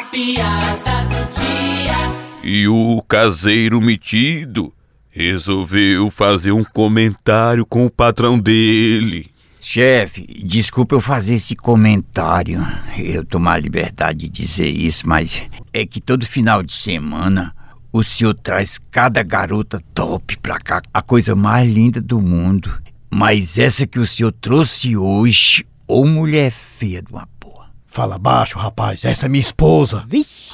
piada do dia. E o caseiro metido resolveu fazer um comentário com o patrão dele. Chefe, desculpa eu fazer esse comentário. Eu tomar a liberdade de dizer isso, mas é que todo final de semana o senhor traz cada garota top pra cá, a coisa mais linda do mundo. Mas essa que o senhor trouxe hoje, ô mulher feia de uma porra. Fala baixo, rapaz, essa é minha esposa. Vixe.